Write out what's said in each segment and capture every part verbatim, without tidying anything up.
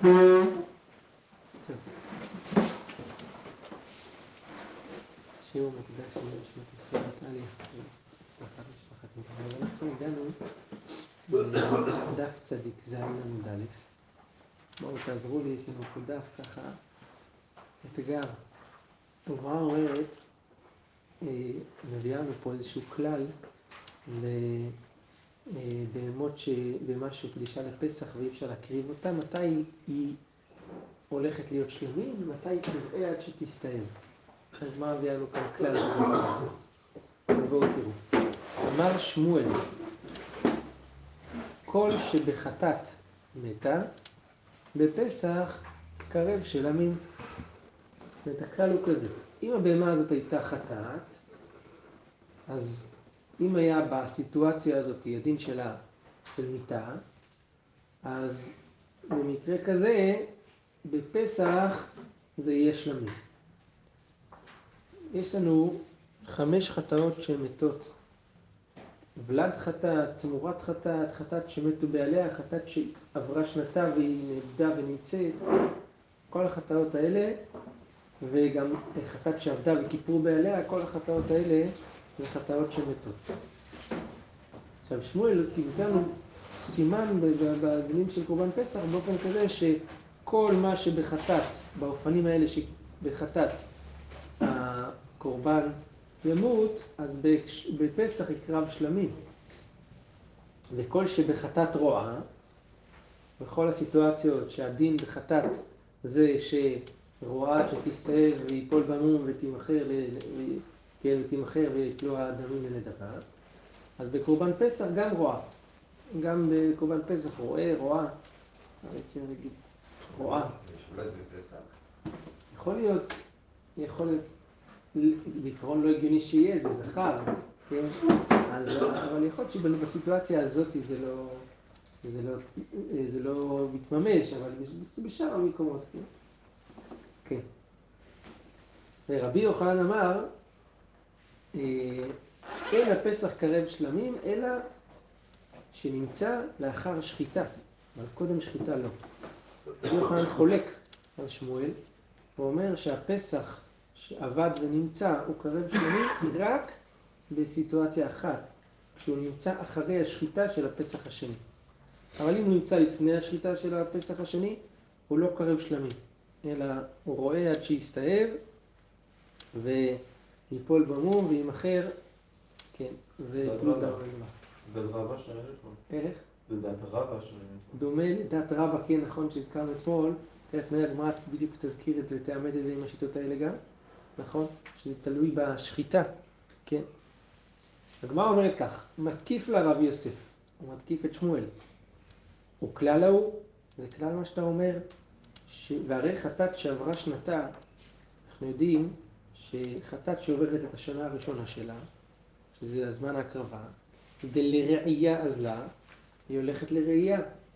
שיעור מקדש לנשמת ישראל נטליה, הצלחת משפחת נטליה. אנחנו הגענו לדף צדיק ז' עמוד א'. בואו תעזרו לי, יש לנו פה דף ככה אתגר. הגמרא אומרת, מביאה לנו פה איזשהו כלל לבהמות שבמשהו קדישה לפסח ואי אפשר להקריב אותה, מתי היא הולכת להיות שלמים ומתי היא תראה עד שתסתיים. אז מה מביאה לנו כאן כלל בדבר הזה? בואו תראו. אמר שמואל, כל שבחטאת מתה, בפסח קרב שלמים. ואת הכלל הוא כזה. אם הבהמה הזאת הייתה חטאת, אז אם היה בסיטואציה הזאת הדין שלה של מיתה, אז במקרה כזה, בפסח זה יהיה שלמים. יש לנו חמש חטאות שהן מתות. ולד חטאת, תמורת חטאת, חטאת שמתו בעליה, חטאת שעברה שנתה והיא נאבדה ונמצאת. כל החטאות האלה, וגם חטאת שעבדה וכיפרו בעליה, כל החטאות האלה זה חטאות שמתות. עכשיו שמואל קיבלנו סימן בדינים של קורבן פסח באופן כזה שכל מה שבחטאת, באופנים האלה שבחטאת הקורבן ימות, אז בפסח יקרב שלמים. וכל שבחטאת רועה, בכל הסיטואציות שהדין בחטאת זה שרועה שתסתאב ויפול במום ותימחר, כן, ותימחר ויפלו הדמים לנדבה, אז בקורבן פסח גם רועה. גם בקורבן פסח רועה, רועה, בעצם נגיד, רועה. יכול להיות, יכול להיות, בעיקרון לא הגיוני שיהיה, זה זכר, כן? אז, אבל יכול להיות שבסיטואציה הזאת זה לא, זה לא, זה לא מתממש, אבל בשאר המקומות, כן? כן. ורבי יוחנן אמר, אין הפסח קרב שלמים, אלא שנמצא לאחר שחיטה, אבל קודם שחיטה לא. רבי יוחנן חולק על שמואל, הוא אומר שהפסח שעבד ונמצא הוא קרב שלמים רק בסיטואציה אחת, כשהוא נמצא אחרי השחיטה של הפסח השני. אבל אם הוא נמצא לפני השחיטה של הפסח השני, הוא לא קרב שלמים, אלא הוא רואה עד שיסתאב ויפול במום וימחר, כן, ויפלו דם. דעת רבא שואלת פה. איך? זה דעת רבא שואלת פה. דומה לדעת רבא, כן, נכון שהזכרנו אתמול, לפני הגמרא בדיוק תזכיר את זה ותאמת את זה עם השיטות האלה גם, נכון? שזה תלוי בשחיטה, כן? הגמרא אומרת כך, מתקיף לה רב יוסף, הוא מתקיף את שמואל. הוא כלל ההוא, זה כלל מה שאתה אומר, ש... והרי חטאת שעברה שנתה, אנחנו יודעים שחטאת שעוברת את השנה הראשונה שלה, שזה הזמן ההקרבה, דלראייה אזלה, היא הולכת לראייה.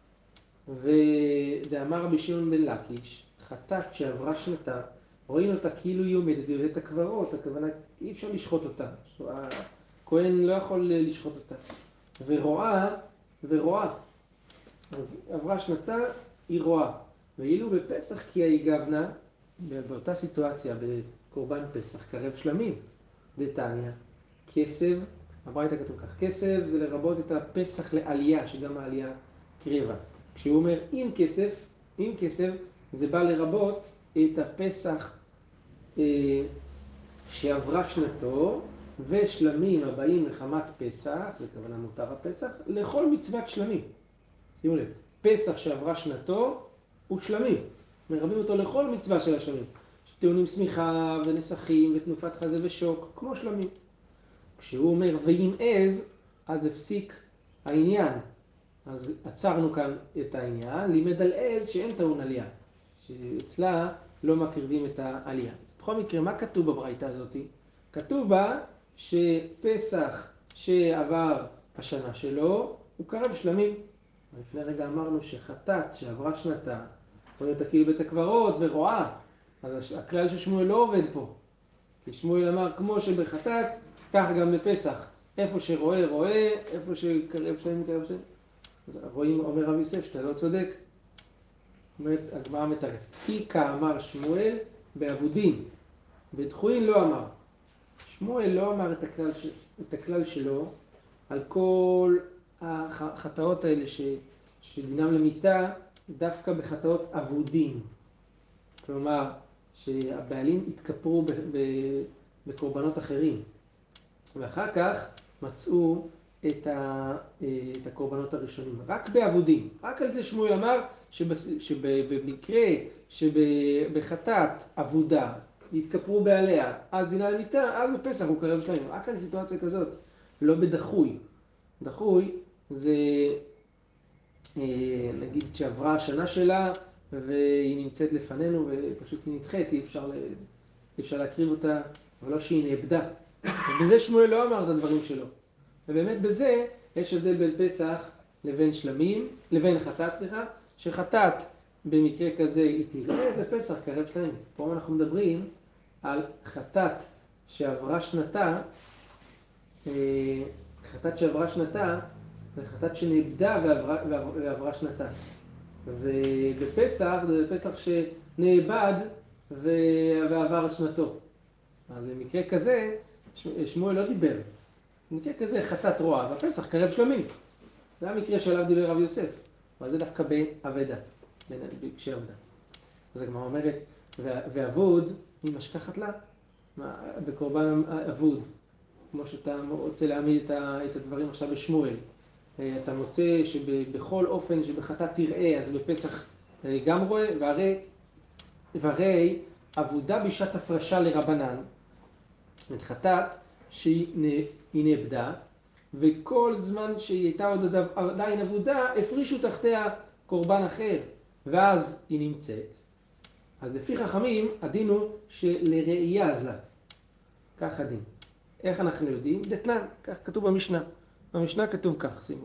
ודאמר רבי שמעון בן לקיש, חטאת שעברה שנתה, רואים אותה כאילו היא עומדת בבית הקברות, הכוונה אי אפשר לשחוט אותה, הכהן לא יכול לשחוט אותה. ורואה, ורואה, אז עברה שנתה, היא רואה. ואילו בפסח כי היא גבנה, באותה סיטואציה בקורבן פסח, קרב שלמים, דתניא, כסב, הברייתא כתוב כך, כסב זה לרבות את הפסח לעלייה, שגם העלייה קרבה. כשהוא אומר עם כסף, עם כסף, זה בא לרבות את הפסח אה, שעברה שנתו, ושלמים הבאים לחמת פסח, זה כוונה מותר הפסח, לכל מצוות שלמים. שימו לב, פסח שעברה שנתו הוא שלמים, מרבים אותו לכל מצווה של השלמים. טעונים סמיכה ונסחים ותנופת חזה ושוק, כמו שלמים. כשהוא אומר ואם עז, אז הפסיק העניין. אז עצרנו כאן את העניין, לימד על עז שאין טעון עלייה, שאצלה לא מקריבים את העלייה. אז בכל מקרה, מה כתוב בברייתא הזאת? כתוב בה שפסח שעבר השנה שלו הוא קרב שלמים. לפני רגע אמרנו שחטאת שעברה שנתה, רואה אותה כאילו בית הקברות ורואה, אז הכלל של שמואל לא עובד פה. כי שמואל אמר כמו שבחטאת, כך גם בפסח. איפה שרואה רואה, איפה שקרב שלמים קרב שלמים. אז רואים, אומר רב יוסף, שאתה לא צודק. אומרת, הגמרא מתרצת. כי כאמר שמואל באבודים, בדחוין לא אמר. שמואל לא אמר את הכלל, ש... את הכלל שלו על כל החטאות האלה ש... שדינם למיתה, דווקא בחטאות אבודים. כלומר, שהבעלים התכפרו ב... ב... בקורבנות אחרים. ואחר כך מצאו את, ה... את הקורבנות הראשונים. רק באבודים. רק על זה שמואל אמר שבס... שבמקרה שבחטאת אבודה התכפרו בעליה, אז דינה למיתה, אז בפסח הוא קרב שלהם. רק על סיטואציה כזאת, לא בדחוי. דחוי זה, נגיד שעברה השנה שלה והיא נמצאת לפנינו ופשוט היא נדחית, אי אפשר, אי אפשר להקריב אותה, אבל לא שהיא נאבדה. ובזה שמואל לא אמר את הדברים שלו. ובאמת בזה יש הבדל בין פסח לבין שלמים, לבין חטאת, סליחה, שחטאת במקרה כזה היא תראה ופסח קרב שלמים. פה אנחנו מדברים על חטאת שעברה שנתה, חטאת שעברה שנתה, וחטאת שנאבדה ועברה, ועברה שנתה. ובפסח, זה פסח שנאבד ועבר את שנתו. אז במקרה כזה, שמואל לא דיבר. במקרה כזה חטאת רועה, והפסח קרב שלמים. זה המקרה שעליו דיבר רב יוסף. אבל זה דווקא באבדה, כשעבדה. אז הגמרא אומרת, ואבוד היא משכחת לה בקורבן אבוד. כמו שאתה רוצה להעמיד את הדברים עכשיו בשמואל. אתה מוצא שבכל אופן שבחטאת תראה, אז בפסח גם רואה, והרי, והרי אבודה בשעת הפרשה לרבנן, את חטאת שהיא נאבדה, וכל זמן שהיא הייתה עוד עדיין אבודה, הפרישו תחתיה קורבן אחר, ואז היא נמצאת. אז לפי חכמים, הדין הוא שלראייה זלה. כך הדין. איך אנחנו יודעים? דתנן, כך כתוב במשנה. במשנה כתוב כך, שימו.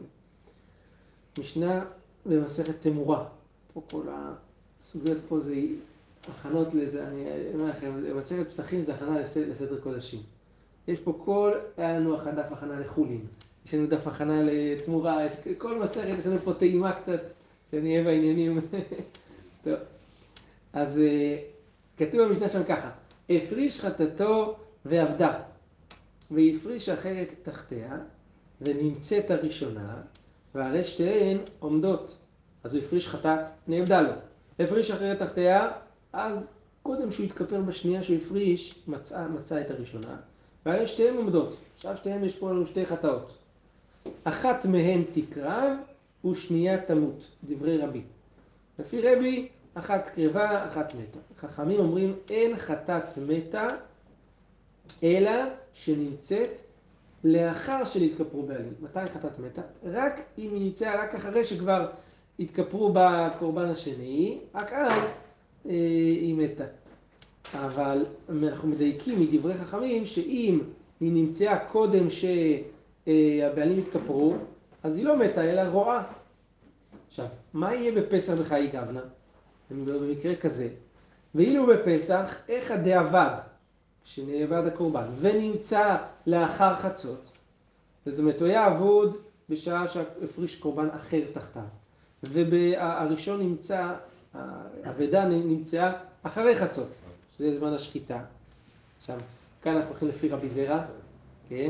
משנה במסכת תמורה. פה כל הסוגיות פה זה הכנות לזה, אני אומר לכם, במסכת פסחים זה הכנה לסדר קודשים. יש פה כל, היה לנו דף הכנה לחולין. יש לנו דף הכנה לתמורה, יש כל מסכת, יש לנו פה טעימה קצת, שאני אהיה בעניינים. טוב. אז כתוב במשנה שם ככה, הפריש חטאתו ועבדה, והפריש אחרת תחתיה, ונמצאת הראשונה, והרי שתיהן עומדות. אז הוא הפריש חטאת, נאבדה לו. הפריש אחרת תחתיה, אז קודם שהוא יתכפר בשנייה שהוא הפריש, מצא, מצא את הראשונה, והרי שתיהן עומדות. עכשיו שתיהן יש פה לנו שתי חטאות. אחת מהן תקרב, ושנייה תמות, דברי רבי. לפי רבי, אחת קרבה, אחת מתה. חכמים אומרים, אין חטאת מתה, אלא שנמצאת לאחר שנתכפרו בעלים. מתי חטאת מתה? רק אם היא נמצאה רק אחרי שכבר התכפרו בקורבן השני, רק אז אה, היא מתה. אבל אנחנו מדייקים מדברי חכמים שאם היא נמצאה קודם שהבעלים התכפרו, אז היא לא מתה, אלא רואה. עכשיו, מה יהיה בפסח בחיי גבנה? במקרה כזה. ואילו בפסח, איך הדאבד, שנאבד הקורבן, ונמצא לאחר חצות, זאת אומרת, הוא היה אבוד בשעה שהפריש קורבן אחר תחתיו. והראשון נמצא, האבדה נמצאה אחרי חצות, שזה זמן השחיטה. עכשיו, כאן אנחנו הולכים לפי רבי זרע, כן?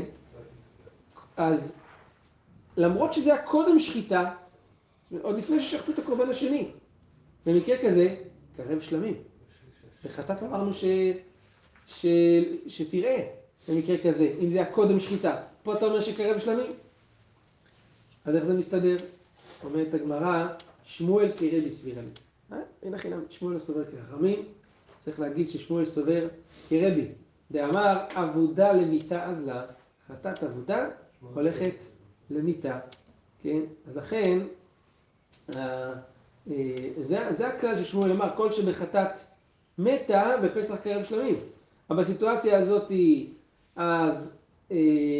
אז למרות שזה היה קודם שחיטה, עוד לפני ששחטו את הקורבן השני, במקרה כזה, קרב שלמים. בחטאת אמרנו ש... ש... שתראה, במקרה כזה, אם זה היה קודם שחיטה. פה אתה אומר שקרב שלמים. אז איך זה מסתדר? אומרת הגמרא, שמואל כרבי סבירה לי. אה? אין הכי למה, שמואל לא סובר כחכמים. צריך להגיד ששמואל סובר כרבי. דאמר, עבודה למיתה אז לה, חטאת עבודה הולכת למיתה. כן? אז לכן, אה, זה, זה הכלל ששמואל אמר, כל שבחטאת מתה בפסח קרב שלמים. אבל בסיטואציה הזאת, אז אה,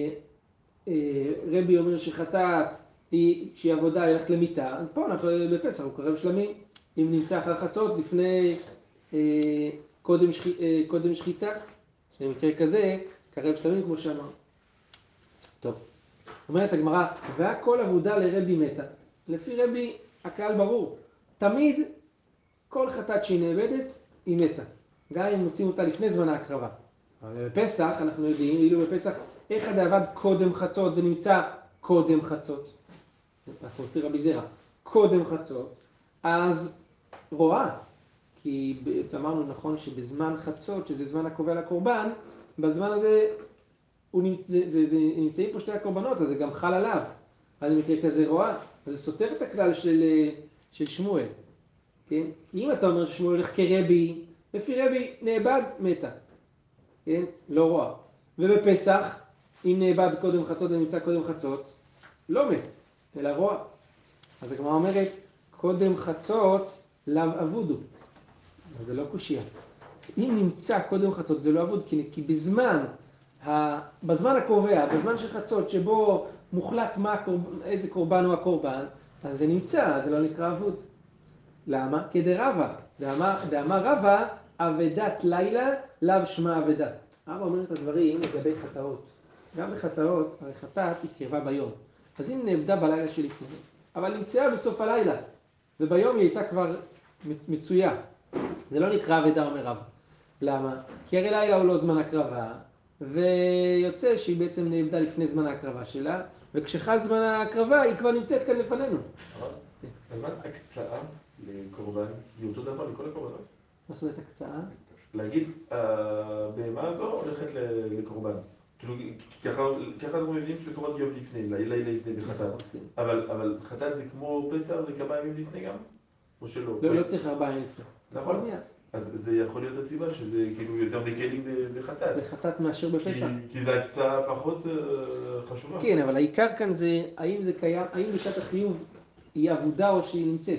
אה, רבי אומר שחטאת היא, שהיא עבודה הולכת למיתה, אז פה אנחנו בפסח הוא קרב שלמים. אם נמצא אחר חצות לפני אה, קודם, שח, אה, קודם שחיטה, במקרה כזה קרב שלמים כמו שאמר. טוב, אומרת הגמרא, והכל עבודה לרבי מתה. לפי רבי הכלל ברור, תמיד כל חטאת שהיא נאבדת, היא מתה. גם אם מוצאים אותה לפני זמן ההקרבה. אבל בפסח, אנחנו יודעים, אילו בפסח, איך הדאבד קודם חצות ונמצא קודם חצות. אנחנו לפי רבי זרע, קודם חצות, אז רואה. כי אמרנו נכון שבזמן חצות, שזה זמן הקובע לקורבן, בזמן הזה הוא נמצא, זה, זה, זה, נמצאים פה שתי הקורבנות, אז זה גם חל עליו. אז במקרה כזה רואה, אז זה סותר את הכלל של, של שמואל. כן? אם אתה אומר ששמואל הולך כרבי, לפי רבי נאבד, מתה. כן? לא רואה. ובפסח, אם נאבד קודם חצות ונמצא קודם חצות, לא מת, אלא רואה. אז הגמרא אומרת, קודם חצות לאו אבודו. אבל זה לא קושיה. אם נמצא קודם חצות זה לא אבוד, כי, כי בזמן, ה, בזמן הקובע, בזמן של חצות, שבו מוחלט מה הקורבן, איזה קורבן הוא הקורבן, אז זה נמצא, זה לא נקרא אבוד. למה? כדרבה. דאמר רבא, אבדת לילה, לאו שמה אבדה. רבא אומר את הדברים לגבי חטאות. גם בחטאות, הרי חטאת היא קרבה ביום. אז אם נאבדה בלילה שלפני, אבל נמצאה בסוף הלילה, וביום היא הייתה כבר מצויה. זה לא נקרא אבדה, אומר רבא. למה? כי הרי לילה הוא לא זמן הקרבה, ויוצא שהיא בעצם נאבדה לפני זמן ההקרבה שלה, וכשחל זמן ההקרבה היא כבר נמצאת כאן לפנינו. אבל הקצאה לקורבן היא אותו דבר לכל הקורבנות? מה זאת אומרת הקצאה? להגיד, הבהמה הזו הולכת לקורבן. כאילו, ככה אנחנו מבינים שקורבן יום לפני, לילה לפני בחטאת. אבל חטאת זה כמו פסח, זה כמה ימים לפני גם? או שלא? לא, לא צריך ארבעה ימים לפני. נכון. אז זה יכול להיות הסיבה שזה כאילו יותר מקלים בחטאת. בחטאת מאשר בפסח. כי זה הקצאה פחות חשובה. כן, אבל העיקר כאן זה, האם זה קיים, האם בשעת החיוב היא עבודה או שהיא נמצאת.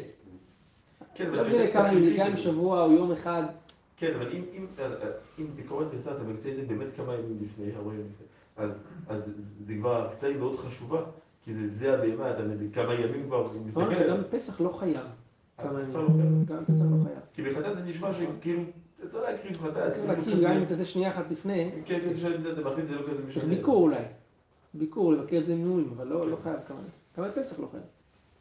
כן, לא משנה כמה היא גם שבוע או יום אחד. כן, אבל אם בקורבן פסח אתה מקצה את זה באמת כמה ימים לפני, הרבה ימים לפני, אז זה כבר, הקצאה היא מאוד חשובה, כי זה הבהמה, אתה מבין, כמה ימים כבר מסתכל עליו. גם בפסח לא חייב. גם בפסח לא חייב. כי בחטאת זה נשמע שכאילו, צריך להקריב חטאת. צריך להקריב, גם אם תעשה שנייה אחת לפני. כן, כזה שאתה מחליט, זה לא כזה משנה. ביקור אולי. ביקור, לבקר את זה מנויים, אבל לא חייב כמה. גם בפסח לא חייב.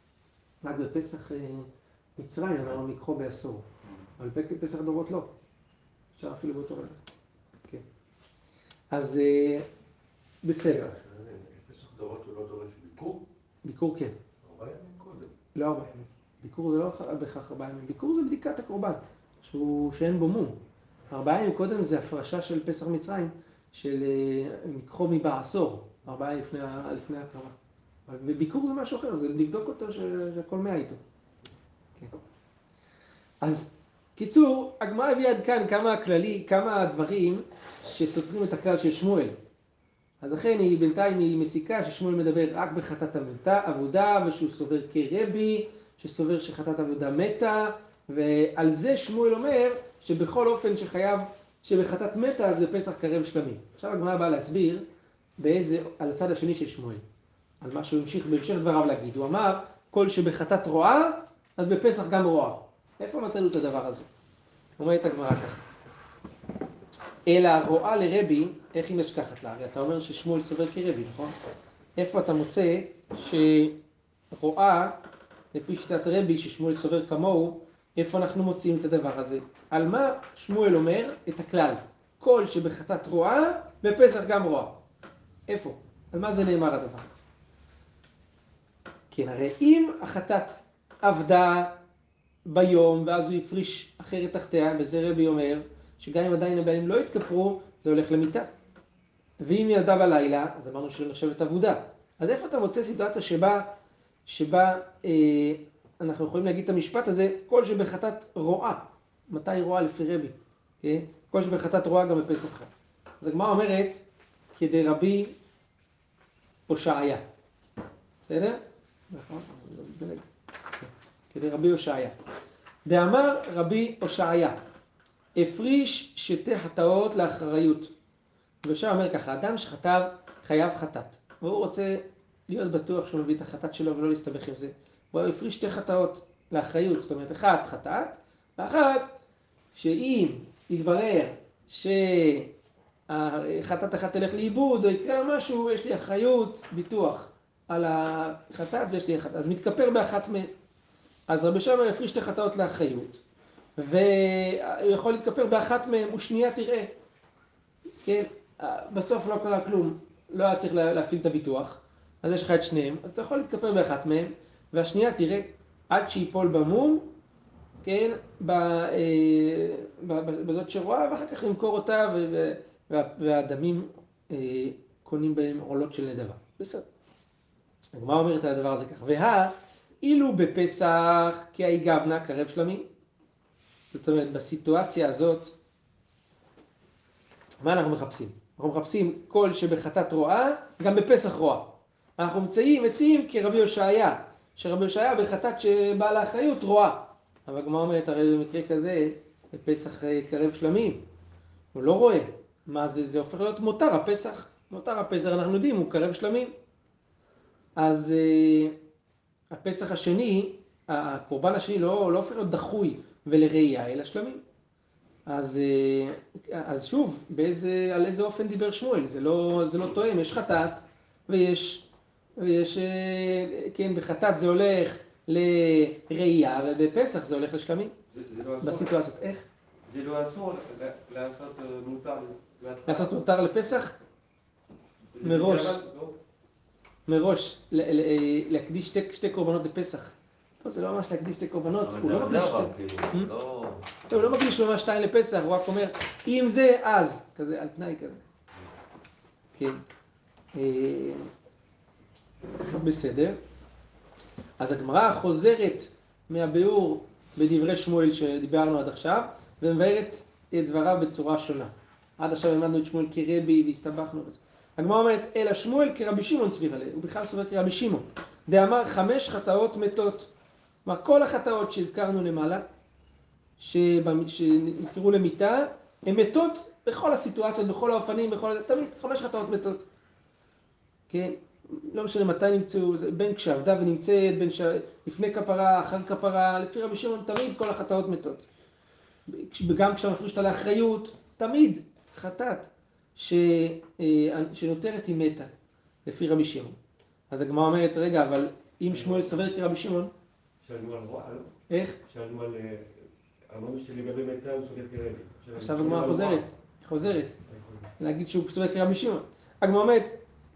רק בפסח מצרים, אמרנו לקחו בעשור. אבל בפסח דורות לא. אפשר אפילו באותו רגע. כן. אז בסדר. פסח דורות הוא לא דורש ביקור? ביקור כן. ארבעה ימים קודם. לא ארבעה ימים. ביקור זה לא בכך ארבעה ימים. ביקור זה בדיקת הקורבן, שאין בו מום. ארבעה ימים קודם זה הפרשה של פסח מצרים, של לקחו מבעשור, ארבעה ימים לפני הקרבה. וביקור זה משהו אחר, זה לבדוק אותו שהכל מאה איתו. כן. אז קיצור, הגמרא הביא עד כאן כמה כללי, כמה דברים שסותרים את הכלל של שמואל. אז לכן היא בינתיים היא מסיקה ששמואל מדבר רק בחטאת עבודה, ושהוא סובר כרבי, שסובר שחטאת עבודה מתה, ועל זה שמואל אומר שבכל אופן שחייב, שבחטאת מתה אז בפסח קרב שלמים. עכשיו הגמרא באה להסביר באיזה, על הצד השני של שמואל, על מה שהוא המשיך בהמשך דבריו להגיד. הוא אמר, כל שבחטאת רואה, אז בפסח גם רואה. איפה מצאנו את הדבר הזה? אומרת הגמרא ככה. אלא רואה לרבי, איך היא משכחת לה? הרי אתה אומר ששמואל סובר כרבי, נכון? איפה אתה מוצא שרואה, לפי שיטת רבי, ששמואל סובר כמוהו, איפה אנחנו מוצאים את הדבר הזה? על מה שמואל אומר את הכלל? כל שבחטאת רואה, בפסח גם רואה. איפה? על מה זה נאמר הדבר הזה? כן, הרי אם החטאת עבדה ביום, ואז הוא הפריש אחרת תחתיה, וזה רבי אומר, שגם אם עדיין הבעלים לא התכפרו, זה הולך למיטה. ואם היא ילדה בלילה, אז אמרנו שלא נחשבת עבודה. אז איפה אתה מוצא סיטואציה שבה, שבה אה, אנחנו יכולים להגיד את המשפט הזה, כל שבחטאת רואה. מתי רואה לפי רבי? כן? כל שבחטאת רואה גם בפסח. אז הגמרא אומרת, כדי רבי הושעיה. בסדר? נכון? כדי רבי הושעיה. דאמר רבי הושעיה, הפריש שתי חטאות לאחריות. ושם אומר ככה, אדם שחטא חייב חטאת, והוא רוצה להיות בטוח שהוא מביא את החטאת שלו ולא להסתבך עם זה. הוא הפריש שתי חטאות לאחריות, זאת אומרת, אחת חטאת, ואחת שאם יתברר שחטאת אחת תלך לאיבוד או יקרה משהו, יש לי אחריות, ביטוח על החטאת ויש לי אחת, אז מתכפר באחת מהן. אז רבי שמעון הפריש שתי חטאות לאחריות. והוא יכול להתכפר באחת מהם ושנייה תראה. כן, בסוף לא קרה כלום, לא היה צריך להפעיל את הביטוח, אז יש לך את שניהם, אז אתה יכול להתכפר באחת מהם, והשנייה תראה עד שיפול במום, כן, ב, אה, ב, ב, בזאת שרואה, ואחר כך למכור אותה, ו, וה, והדמים אה, קונים בהם עולות של נדבה. בסדר. הגמרא אומרת על הדבר הזה כך, והא אילו בפסח כי היגבנה קרב שלמים. זאת אומרת, בסיטואציה הזאת, מה אנחנו מחפשים? אנחנו מחפשים כל שבחטאת רואה, גם בפסח רואה. אנחנו מציעים, מציעים כרבי יושעיה, שרבי יושעיה בחטאת שבאה לאחריות רואה. אבל הגמרא אומרת, הרי במקרה כזה, בפסח קרב שלמים, הוא לא רואה. מה זה? זה הופך להיות מותר הפסח. מותר הפסח, אנחנו יודעים, הוא קרב שלמים. אז uh, הפסח השני, הקורבן השני לא, לא הופך להיות דחוי ולראייה, אלא שלמים. אז, אז שוב, באיזה, על איזה אופן דיבר שמואל? זה לא, זה לא תואם, יש חטאת ויש, ויש, כן, בחטאת זה הולך לראייה ובפסח זה הולך לשלמים. זה, זה לא בסיטואציות, איך? זה לא אסור לעשות מותר. לעשות מותר לפסח? מראש. מראש, להקדיש שתי, שתי קורבנות לפסח. פה זה לא ממש להקדיש שתי קורבנות, הוא לא מקדיש שתי... טוב, הוא לא מקדיש ממש שתיים לפסח, הוא רק אומר, אם זה, אז, כזה, על תנאי כזה. כן. בסדר. אז הגמרא חוזרת מהביאור בדברי שמואל שדיברנו עד עכשיו, ומבארת את דבריו בצורה שונה. עד עכשיו למדנו את שמואל כרבי והסתבכנו בזה. הגמרא אומרת, אלא שמואל כרבי שמעון צביר עליה, הוא בכלל סובר כרבי שמעון. דאמר חמש חטאות מתות. כלומר, כל החטאות שהזכרנו למעלה, שנזכרו למיתה, הן מתות בכל הסיטואציות, בכל האופנים, בכל... תמיד חמש חטאות מתות. כן? לא משנה מתי נמצאו, בין כשעבדה ונמצאת, בין ש... לפני כפרה, אחר כפרה, לפי רבי שמעון, תמיד כל החטאות מתות. גם כשמפריש אותה לאחריות, תמיד חטאת ש... שנותרת היא מתה, לפי רבי שמעון. אז הגמרא אומרת, רגע, אבל אם שמואל סובר כרבי שמעון, שאלנו על רואה, לא? איך? שאלנו על... אמרנו שלגבי מיתה הוא סובר כרבי. עכשיו הגמרא חוזרת, חוזרת, להגיד שהוא סובר כרבי שמעון. הגמרא אומרת,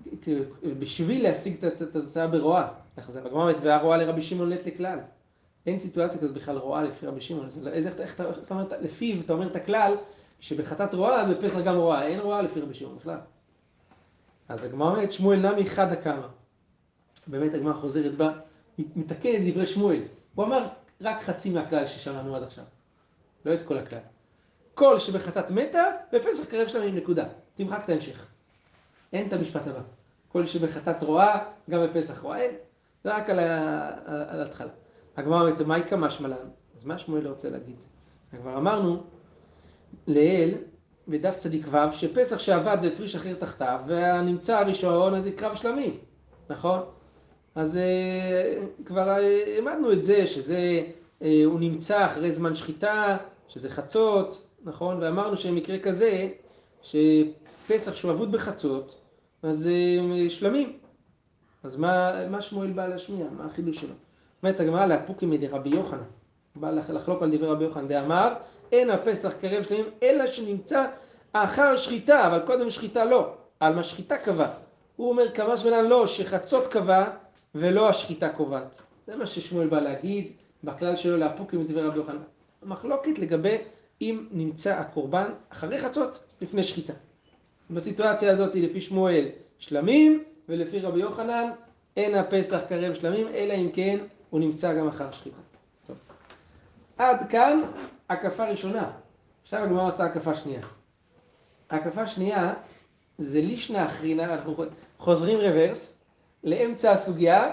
בשביל להשיג את התוצאה ברואה, הגמרא אומרת, והרואה לרבי שמעון לית לכלל. אין סיטואציה כזאת בכלל רואה לפי רבי שמעון. איך אתה אומר, לפיו אתה אומר את הכלל, שבחטאת רואה, בפסח גם רואה, אין רואה לפי רבי שמעון בכלל. אז הגמרא אומרת, שמואל נמי חדא קמא. באמת הגמרא חוזרת בה, מתקן את דברי שמואל. הוא אמר רק חצי מהכלל ששמענו עד עכשיו. לא את כל הכלל. כל שבחטאת מתה, בפסח קרב שלמים נקודה. תמחק את ההמשך. אין את המשפט הבא. כל שבחטאת רואה, גם בפסח רואה, אין. זה רק על, ה... על ההתחלה. הגמרא אומרת, מה יקא משמע לן? אז מה שמואל לא רוצה להגיד? כבר אמרנו לאל, בדף צדיק ו', שפסח שעבד והפריש אחר תחתיו, והנמצא הראשון, אז זה קרב שלמים. נכון? אז uh, כבר העמדנו את זה, שזה, uh, הוא נמצא אחרי זמן שחיטה, שזה חצות, נכון? ואמרנו שמקרה כזה, שפסח שהוא עבוד בחצות, אז uh, שלמים. אז מה, מה שמואל בא להשמיע? מה החידוש שלו? אומרת הגמרא להפוקי מדי רבי יוחנן. בא לחלוק על דברי רבי יוחנן, דאמר, אין הפסח קרב שלמים, אלא שנמצא אחר שחיטה, אבל קודם שחיטה לא. על מה שחיטה קבע. הוא אומר כמה שמלן לא, שחצות קבע, ולא השחיטה קובעת. זה מה ששמואל בא להגיד, בכלל שלו להפוקים מדברי רבי יוחנן. מחלוקת לגבי אם נמצא הקורבן אחרי חצות לפני שחיטה. בסיטואציה הזאת לפי שמואל שלמים, ולפי רבי יוחנן אין הפסח קרב שלמים, אלא אם כן הוא נמצא גם אחר שחיטה. טוב. עד כאן הקפה ראשונה. עכשיו הגמרא עושה הקפה שנייה. הקפה שנייה זה לישנא אחרינא, אנחנו חוזרים רוורס, לאמצע הסוגיה,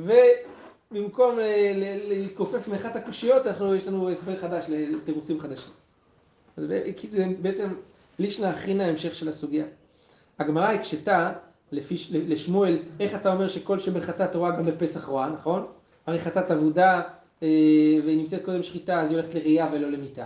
ובמקום להתכופף מאחת הקושיות, אנחנו, יש לנו הסבר חדש לתירוצים חדשים. אז זה בעצם לישנא אחרינא המשך של הסוגיה. הגמרא הקשתה לפי, לשמואל, איך אתה אומר שכל שבחטאת רואה גם בפסח רואה, נכון? הרי חטאת עבודה, והיא נמצאת קודם שחיטה, אז היא הולכת לראייה ולא למיתה.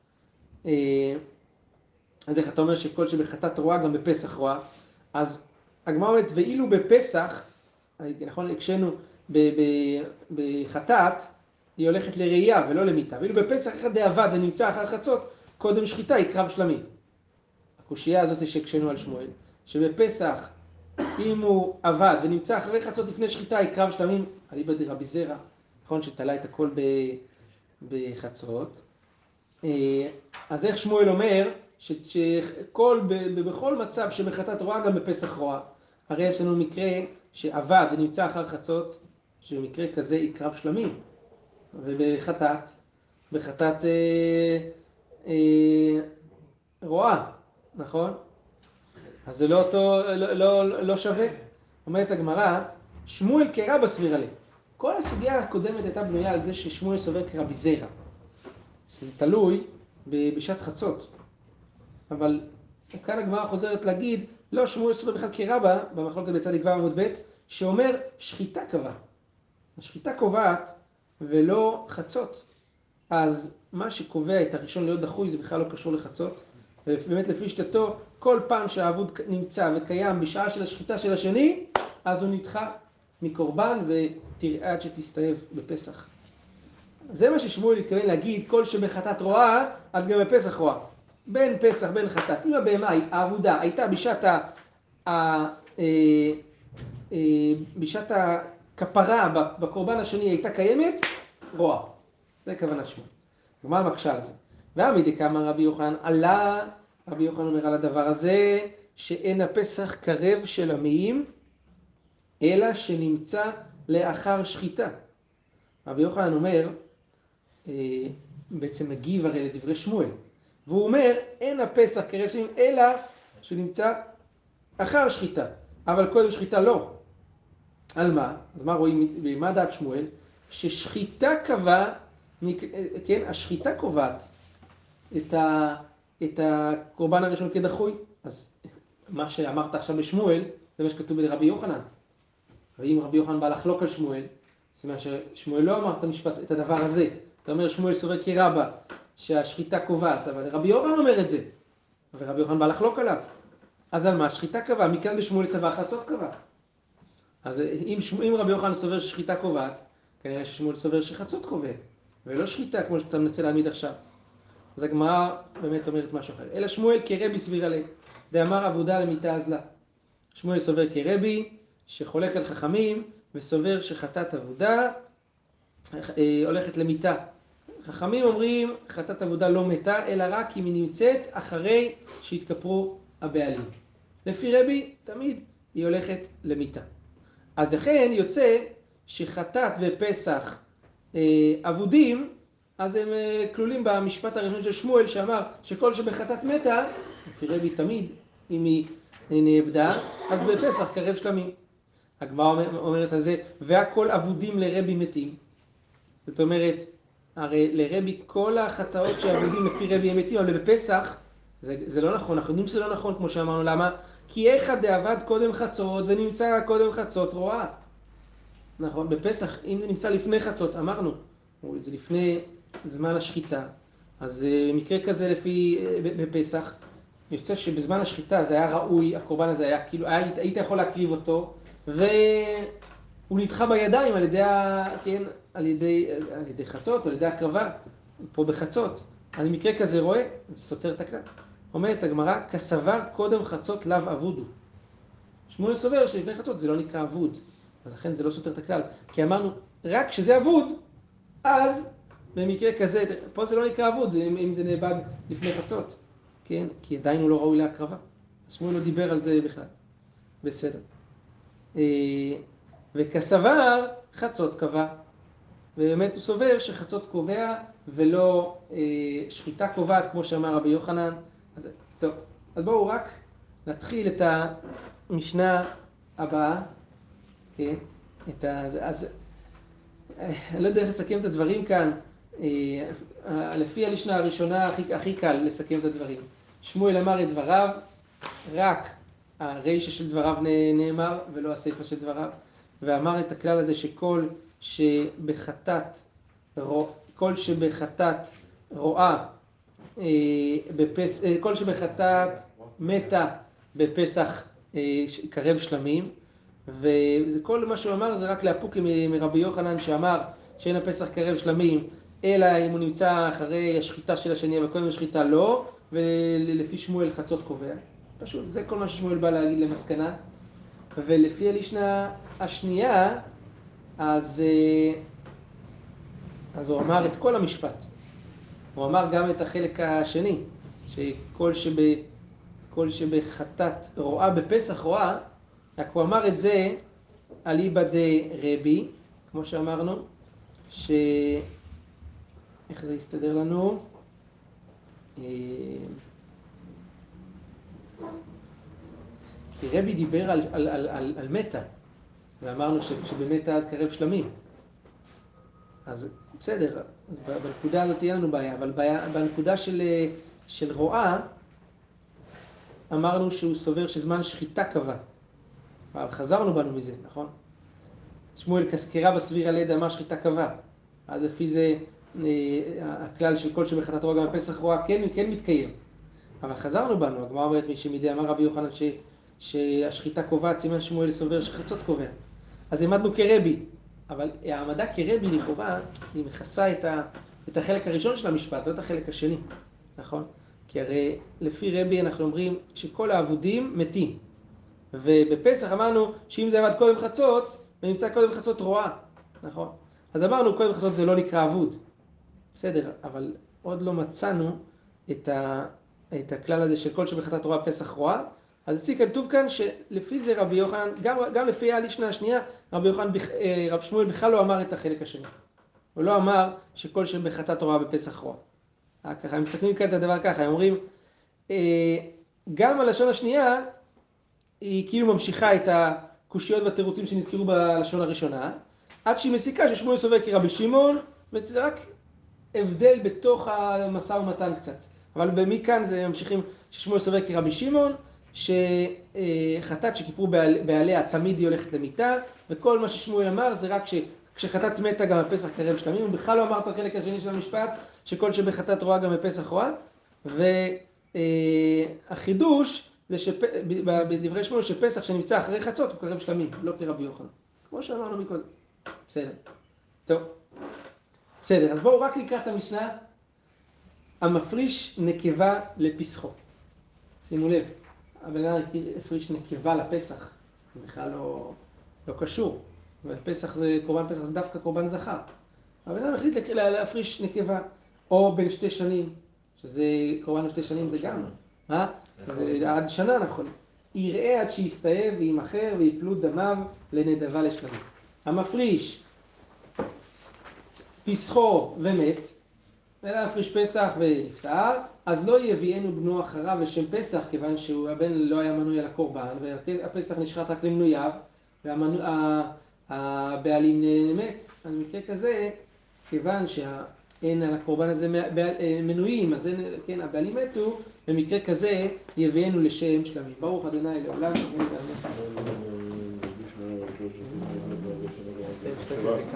אז איך אתה אומר שכל שבחטאת רואה גם בפסח רואה? אז הגמרא אומרת, ואילו בפסח, נכון, הקשנו בחטאת, היא הולכת לראייה ולא למיטה. ואילו בפסח אחד דאבד ונמצא אחר חצות, קודם שחיטה היא קרב שלמים. הקושייה הזאת שהקשינו על שמואל, שבפסח אם הוא עבד ונמצא אחרי חצות לפני שחיטה היא קרב שלמים, אליבא דרבי זרע, נכון שתלה את הכל בחצות. אז איך שמואל אומר שכל, בכל מצב שבחטאת רואה גם בפסח רואה. הרי יש לנו מקרה שעבד ונמצא אחר חצות, שבמקרה כזה היא קרב שלמים. ובחטאת, בחטאת אה, אה, רואה, נכון? אז זה לא אותו, לא, לא, לא שווה. אומרת הגמרא, שמואל כרבא סבירא ליה. כל הסוגיה הקודמת הייתה בנויה על זה ששמואל סובר כרבי זרע. שזה תלוי בשעת חצות. אבל כאן הגמרא חוזרת להגיד, לא שמואל סובר בכלל כרבא, במחלוקת בצדיק ו' עמוד ב', שאומר שחיטה קבע. השחיטה קובעת ולא חצות. אז מה שקובע את הראשון להיות דחוי זה בכלל לא קשור לחצות. ובאמת לפי שתתו, כל פעם שהעבוד נמצא וקיים בשעה של השחיטה של השני, אז הוא נדחה מקורבן ותראה עד שתסתאב בפסח. זה מה ששמואל התכוון להגיד, כל שבחטאת רואה, אז גם בפסח רואה. בין פסח, בין חטאת. אם הבהמה, העבודה, הייתה בשעת ה... ה... בשעת הכפרה בקורבן השני הייתה קיימת, רואה. זה כוונת שמואל. ומה המקשה על זה? ועמידי כמה רבי יוחנן עלה, רבי יוחנן אומר על הדבר הזה, שאין הפסח קרב של עמיים, אלא שנמצא לאחר שחיטה. רבי יוחנן אומר, בעצם מגיב הרי לדברי שמואל, והוא אומר, אין הפסח קרב של עמיים, אלא שנמצא אחר שחיטה. אבל קודם שחיטה לא. על מה? אז מה רואים, במה דעת שמואל? ששחיטה קבע, כן, השחיטה קובעת את, ה, את הקורבן הראשון כדחוי. אז מה שאמרת עכשיו לשמואל, זה מה שכתוב ברבי יוחנן. ואם רבי יוחנן בא לחלוק על שמואל, זאת אומרת ששמואל לא אמר את המשפט, את הדבר הזה. אתה אומר שמואל סובר כרבא, שהשחיטה קובעת, אבל רבי יוחנן אומר את זה. ורבי יוחנן בא לחלוק עליו. אז על מה? שחיטה קבע, מכאן בשמואל סבר חצות קבע. אז אם, אם רבי יוחנן סובר ששחיטה קובעת, כנראה ששמואל סובר שחצות קובע, ולא שחיטה כמו שאתה מנסה להעמיד עכשיו. אז הגמרא באמת אומרת משהו אחר. אלא שמואל כרבי סבירא ליה, דאמר עבודה למיתה אזלה. שמואל סובר כרבי, שחולק על חכמים, וסובר שחטאת עבודה אה, הולכת למיתה. חכמים אומרים, חטאת עבודה לא מתה, אלא רק אם היא נמצאת אחרי שהתכפרו הבעלים. לפי רבי, תמיד היא הולכת למיתה. אז לכן יוצא שחטאת ופסח אה, עבודים, אז הם אה, כלולים במשפט הראשון של שמואל שאמר שכל שבחטאת מתה, לפי רבי תמיד, אם היא נאבדה, אז בפסח קרב שלמים. הגמרא אומר, אומרת על זה, והכל עבודים לרבי מתים. זאת אומרת, הרי לרבי כל החטאות שעבודים לפי רבי הם מתים, אבל בפסח זה, זה לא נכון, אנחנו יודעים שזה לא נכון כמו שאמרנו, למה? כי אחד דעבד קודם חצות ונמצא קודם חצות רואה. נכון, בפסח, אם זה נמצא לפני חצות, אמרנו, זה לפני זמן השחיטה, אז מקרה כזה לפי, בפסח, יוצא שבזמן השחיטה זה היה ראוי, הקורבן הזה היה, כאילו, היה, היית יכול להקריב אותו, והוא נדחה בידיים על ידי, כן, על ידי, על ידי חצות, או על ידי הקרבה, פה בחצות. אז מקרה כזה רואה, זה סותר את הכלל. אומרת הגמרא, כסבר קודם חצות לאו אבודו. שמואל סובר שלפני חצות זה לא נקרא אבוד, אז לכן זה לא סותר את הכלל. כי אמרנו, רק כשזה אבוד, אז במקרה כזה, פה זה לא נקרא אבוד, אם, אם זה נאבד לפני חצות. כן? כי עדיין הוא לא ראוי להקרבה. שמואל לא דיבר על זה בכלל. בסדר. וכסבר חצות קבע. ובאמת הוא סובר שחצות קובע ולא שחיטה קובעת, כמו שאמר רבי יוחנן. אז, טוב, אז בואו רק נתחיל את המשנה הבאה. כן? את ה... אז אני לא יודע איך לסכם את הדברים כאן. לפי המשנה הראשונה הכי, הכי קל לסכם את הדברים. שמואל אמר את דבריו, רק הרישה של דבריו נאמר ולא הסיפה של דבריו, ואמר את הכלל הזה שכל שבחטאת, כל שבחטאת רואה, בפס, כל שבחטאת מתה בפסח קרב שלמים, וזה כל מה שהוא אמר זה רק להפוק מרבי יוחנן שאמר שאין הפסח קרב שלמים, אלא אם הוא נמצא אחרי השחיטה של השני, אבל קודם השחיטה לא, ולפי שמואל חצות קובע. פשוט, זה כל מה ששמואל בא להגיד למסקנה. ולפי הלישנה השנייה, אז, אז הוא אמר את כל המשפט. הוא אמר גם את החלק השני, שכל שב, כל שבחטאת רואה בפסח רואה, רק הוא אמר את זה על איבא דרבי, כמו שאמרנו, ש... איך זה יסתדר לנו? כי רבי דיבר על, על, על, על, על מתה, ואמרנו ש, שבמתה אז קרב שלמים. אז בסדר, אז בנקודה הזאת תהיה לנו בעיה, אבל בנקודה של, של רואה, אמרנו שהוא סובר שזמן שחיטה קבע. חזרנו בנו מזה, נכון? שמואל כסקירה בסביר הלידה אמר שחיטה קבע. אז לפי זה הכלל של כל שבחטאת רואה גם בפסח רואה כן, כן מתקיים. אבל חזרנו בנו, הגמרא אומרת מי שמידי אמר רבי יוחנן ש, שהשחיטה קובעת, סימן שמואל סובר שחצות קובע. אז העמדנו כרבי, אבל העמדה כרבי לכאורה היא מכסה את, ה, את החלק הראשון של המשפט, לא את החלק השני, נכון? כי הרי לפי רבי אנחנו אומרים שכל העבודים מתים. ובפסח אמרנו שאם זה עבד קודם חצות, ונמצא קודם חצות רואה, נכון? אז אמרנו קודם חצות זה לא נקרא עבוד. בסדר, אבל עוד לא מצאנו את, ה, את הכלל הזה של כל שבחטאת רואה פסח רואה. אז אצלי כתוב כאן שלפי זה רבי יוחנן, גם, גם לפי הלישנה השנייה, רבי יוחנן, רב שמואל בכלל לא אמר את החלק השני. הוא לא אמר שכל שבחטאת רואה בפסח רואה. ככה, הם מסתכלים כאן את הדבר ככה, הם אומרים, גם הלשון השנייה, היא כאילו ממשיכה את הקושיות והתירוצים שנזכרו בלשון הראשונה, עד שהיא מסיקה ששמואל סובר כרבי שמעון, וזה רק הבדל בתוך המשא ומתן קצת. אבל מכאן זה ממשיכים ששמואל סובר כרבי שמעון, שחטאת שכיפרו בעליה תמיד היא הולכת למיטה, וכל מה ששמואל אמר זה רק שכשחטאת מתה גם הפסח קרב שלמים, הוא בכלל לא אמר את החלק השני של המשפט, שכל שבחטאת רואה גם בפסח רואה, והחידוש זה שבדברי שמואל שפסח שנמצא אחרי חצות הוא קרב שלמים, לא כרבי יוחנן. כמו שאמרנו מקודם. בסדר. טוב. בסדר, אז בואו רק לקראת המשנה. המפריש נקבה לפסחו. שימו לב, הבן אדם הפריש נקבה לפסח. זה בכלל לא, לא קשור. ופסח זה, קורבן פסח זה דווקא קורבן זכר. הבן אדם החליט להפריש נקבה. או בין שתי שנים, שזה קורבן שתי שנים זה גם. מה? זה עד שנה נכון. יראה עד שיסתאב וימחר ויפלו דמיו לנדבה לשלמים. המפריש פסחו ומת, אלא הפריש פסח ונפטר, אז לא יביאנו בנו אחריו לשם פסח, כיוון שהבן לא היה מנוי על הקורבן, והפסח נשחט רק למנוייו, והבעלים מת. על מקרה כזה, כיוון שאין על הקורבן הזה מנויים, אז אין, כן, הבעלים מתו, במקרה כזה יביאנו לשם שלמים. ברוך אדוני לעולם, אמן ואמן.